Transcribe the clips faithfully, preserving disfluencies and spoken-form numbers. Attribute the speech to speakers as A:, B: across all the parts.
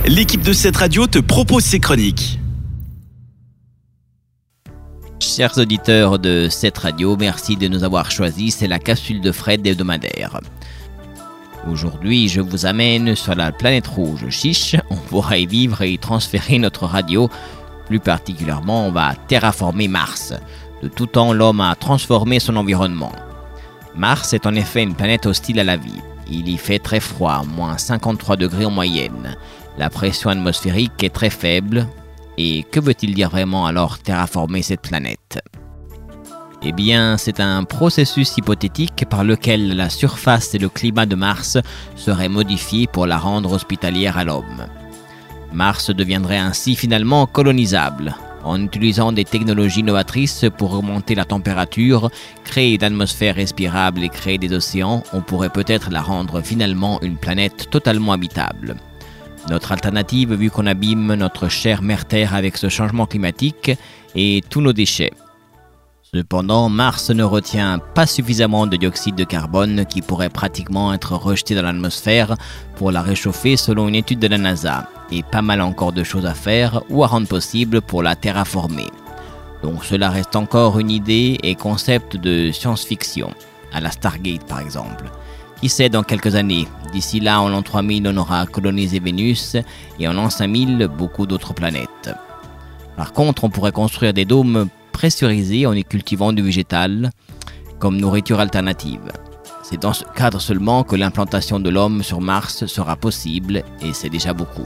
A: l'équipe de cette radio te propose ses chroniques.
B: Chers auditeurs de cette radio, merci de nous avoir choisis, c'est la capsule de Fred hebdomadaire. Aujourd'hui, je vous amène sur la planète rouge Chiche. On pourra y vivre et y transférer notre radio. Plus particulièrement, on va terraformer Mars. De tout temps, l'homme a transformé son environnement. Mars est en effet une planète hostile à la vie. Il y fait très froid, moins cinquante-trois degrés en moyenne. La pression atmosphérique est très faible. Et que veut-il dire vraiment alors terraformer cette planète ? Eh bien, c'est un processus hypothétique par lequel la surface et le climat de Mars seraient modifiés pour la rendre hospitalière à l'homme. Mars deviendrait ainsi finalement colonisable. En utilisant des technologies novatrices pour augmenter la température, créer une atmosphère respirable et créer des océans, on pourrait peut-être la rendre finalement une planète totalement habitable. Notre alternative, vu qu'on abîme notre chère mère Terre avec ce changement climatique et tous nos déchets. Cependant, Mars ne retient pas suffisamment de dioxyde de carbone qui pourrait pratiquement être rejeté dans l'atmosphère pour la réchauffer selon une étude de la NASA. Et pas mal encore de choses à faire ou à rendre possible pour la terraformer. Donc cela reste encore une idée et concept de science-fiction, à la Stargate par exemple. Qui sait dans quelques années, d'ici là en l'an trois mille on aura colonisé Vénus et en l'an cinq mille beaucoup d'autres planètes. Par contre on pourrait construire des dômes pressurisés en y cultivant du végétal comme nourriture alternative. C'est dans ce cadre seulement que l'implantation de l'homme sur Mars sera possible et c'est déjà beaucoup.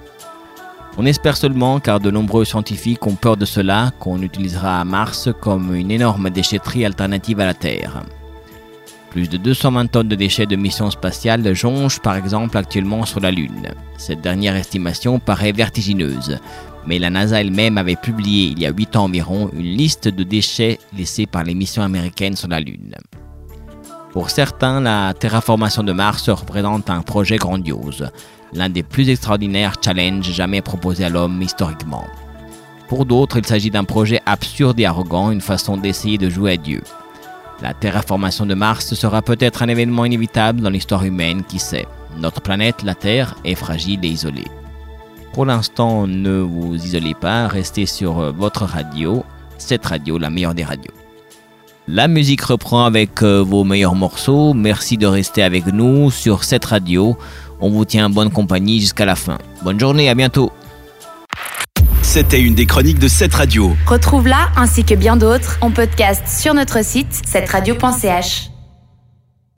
B: On espère seulement, car de nombreux scientifiques ont peur de cela, qu'on utilisera Mars comme une énorme déchetterie alternative à la Terre. Plus de deux cent vingt tonnes de déchets de missions spatiales jonchent par exemple actuellement sur la Lune. Cette dernière estimation paraît vertigineuse, mais la NASA elle-même avait publié il y a huit ans environ une liste de déchets laissés par les missions américaines sur la Lune. Pour certains, la terraformation de Mars représente un projet grandiose, l'un des plus extraordinaires challenges jamais proposés à l'homme historiquement. Pour d'autres, il s'agit d'un projet absurde et arrogant, une façon d'essayer de jouer à Dieu. La terraformation de Mars sera peut-être un événement inévitable dans l'histoire humaine, qui sait. Notre planète, la Terre, est fragile et isolée. Pour l'instant, ne vous isolez pas, restez sur votre radio, cette radio, la meilleure des radios. La musique reprend avec euh, vos meilleurs morceaux. Merci de rester avec nous sur cette radio. On vous tient en bonne compagnie jusqu'à la fin. Bonne journée, à bientôt.
A: C'était une des chroniques de cette radio.
C: Retrouve-la ainsi que bien d'autres en podcast sur notre site cette radio point c h.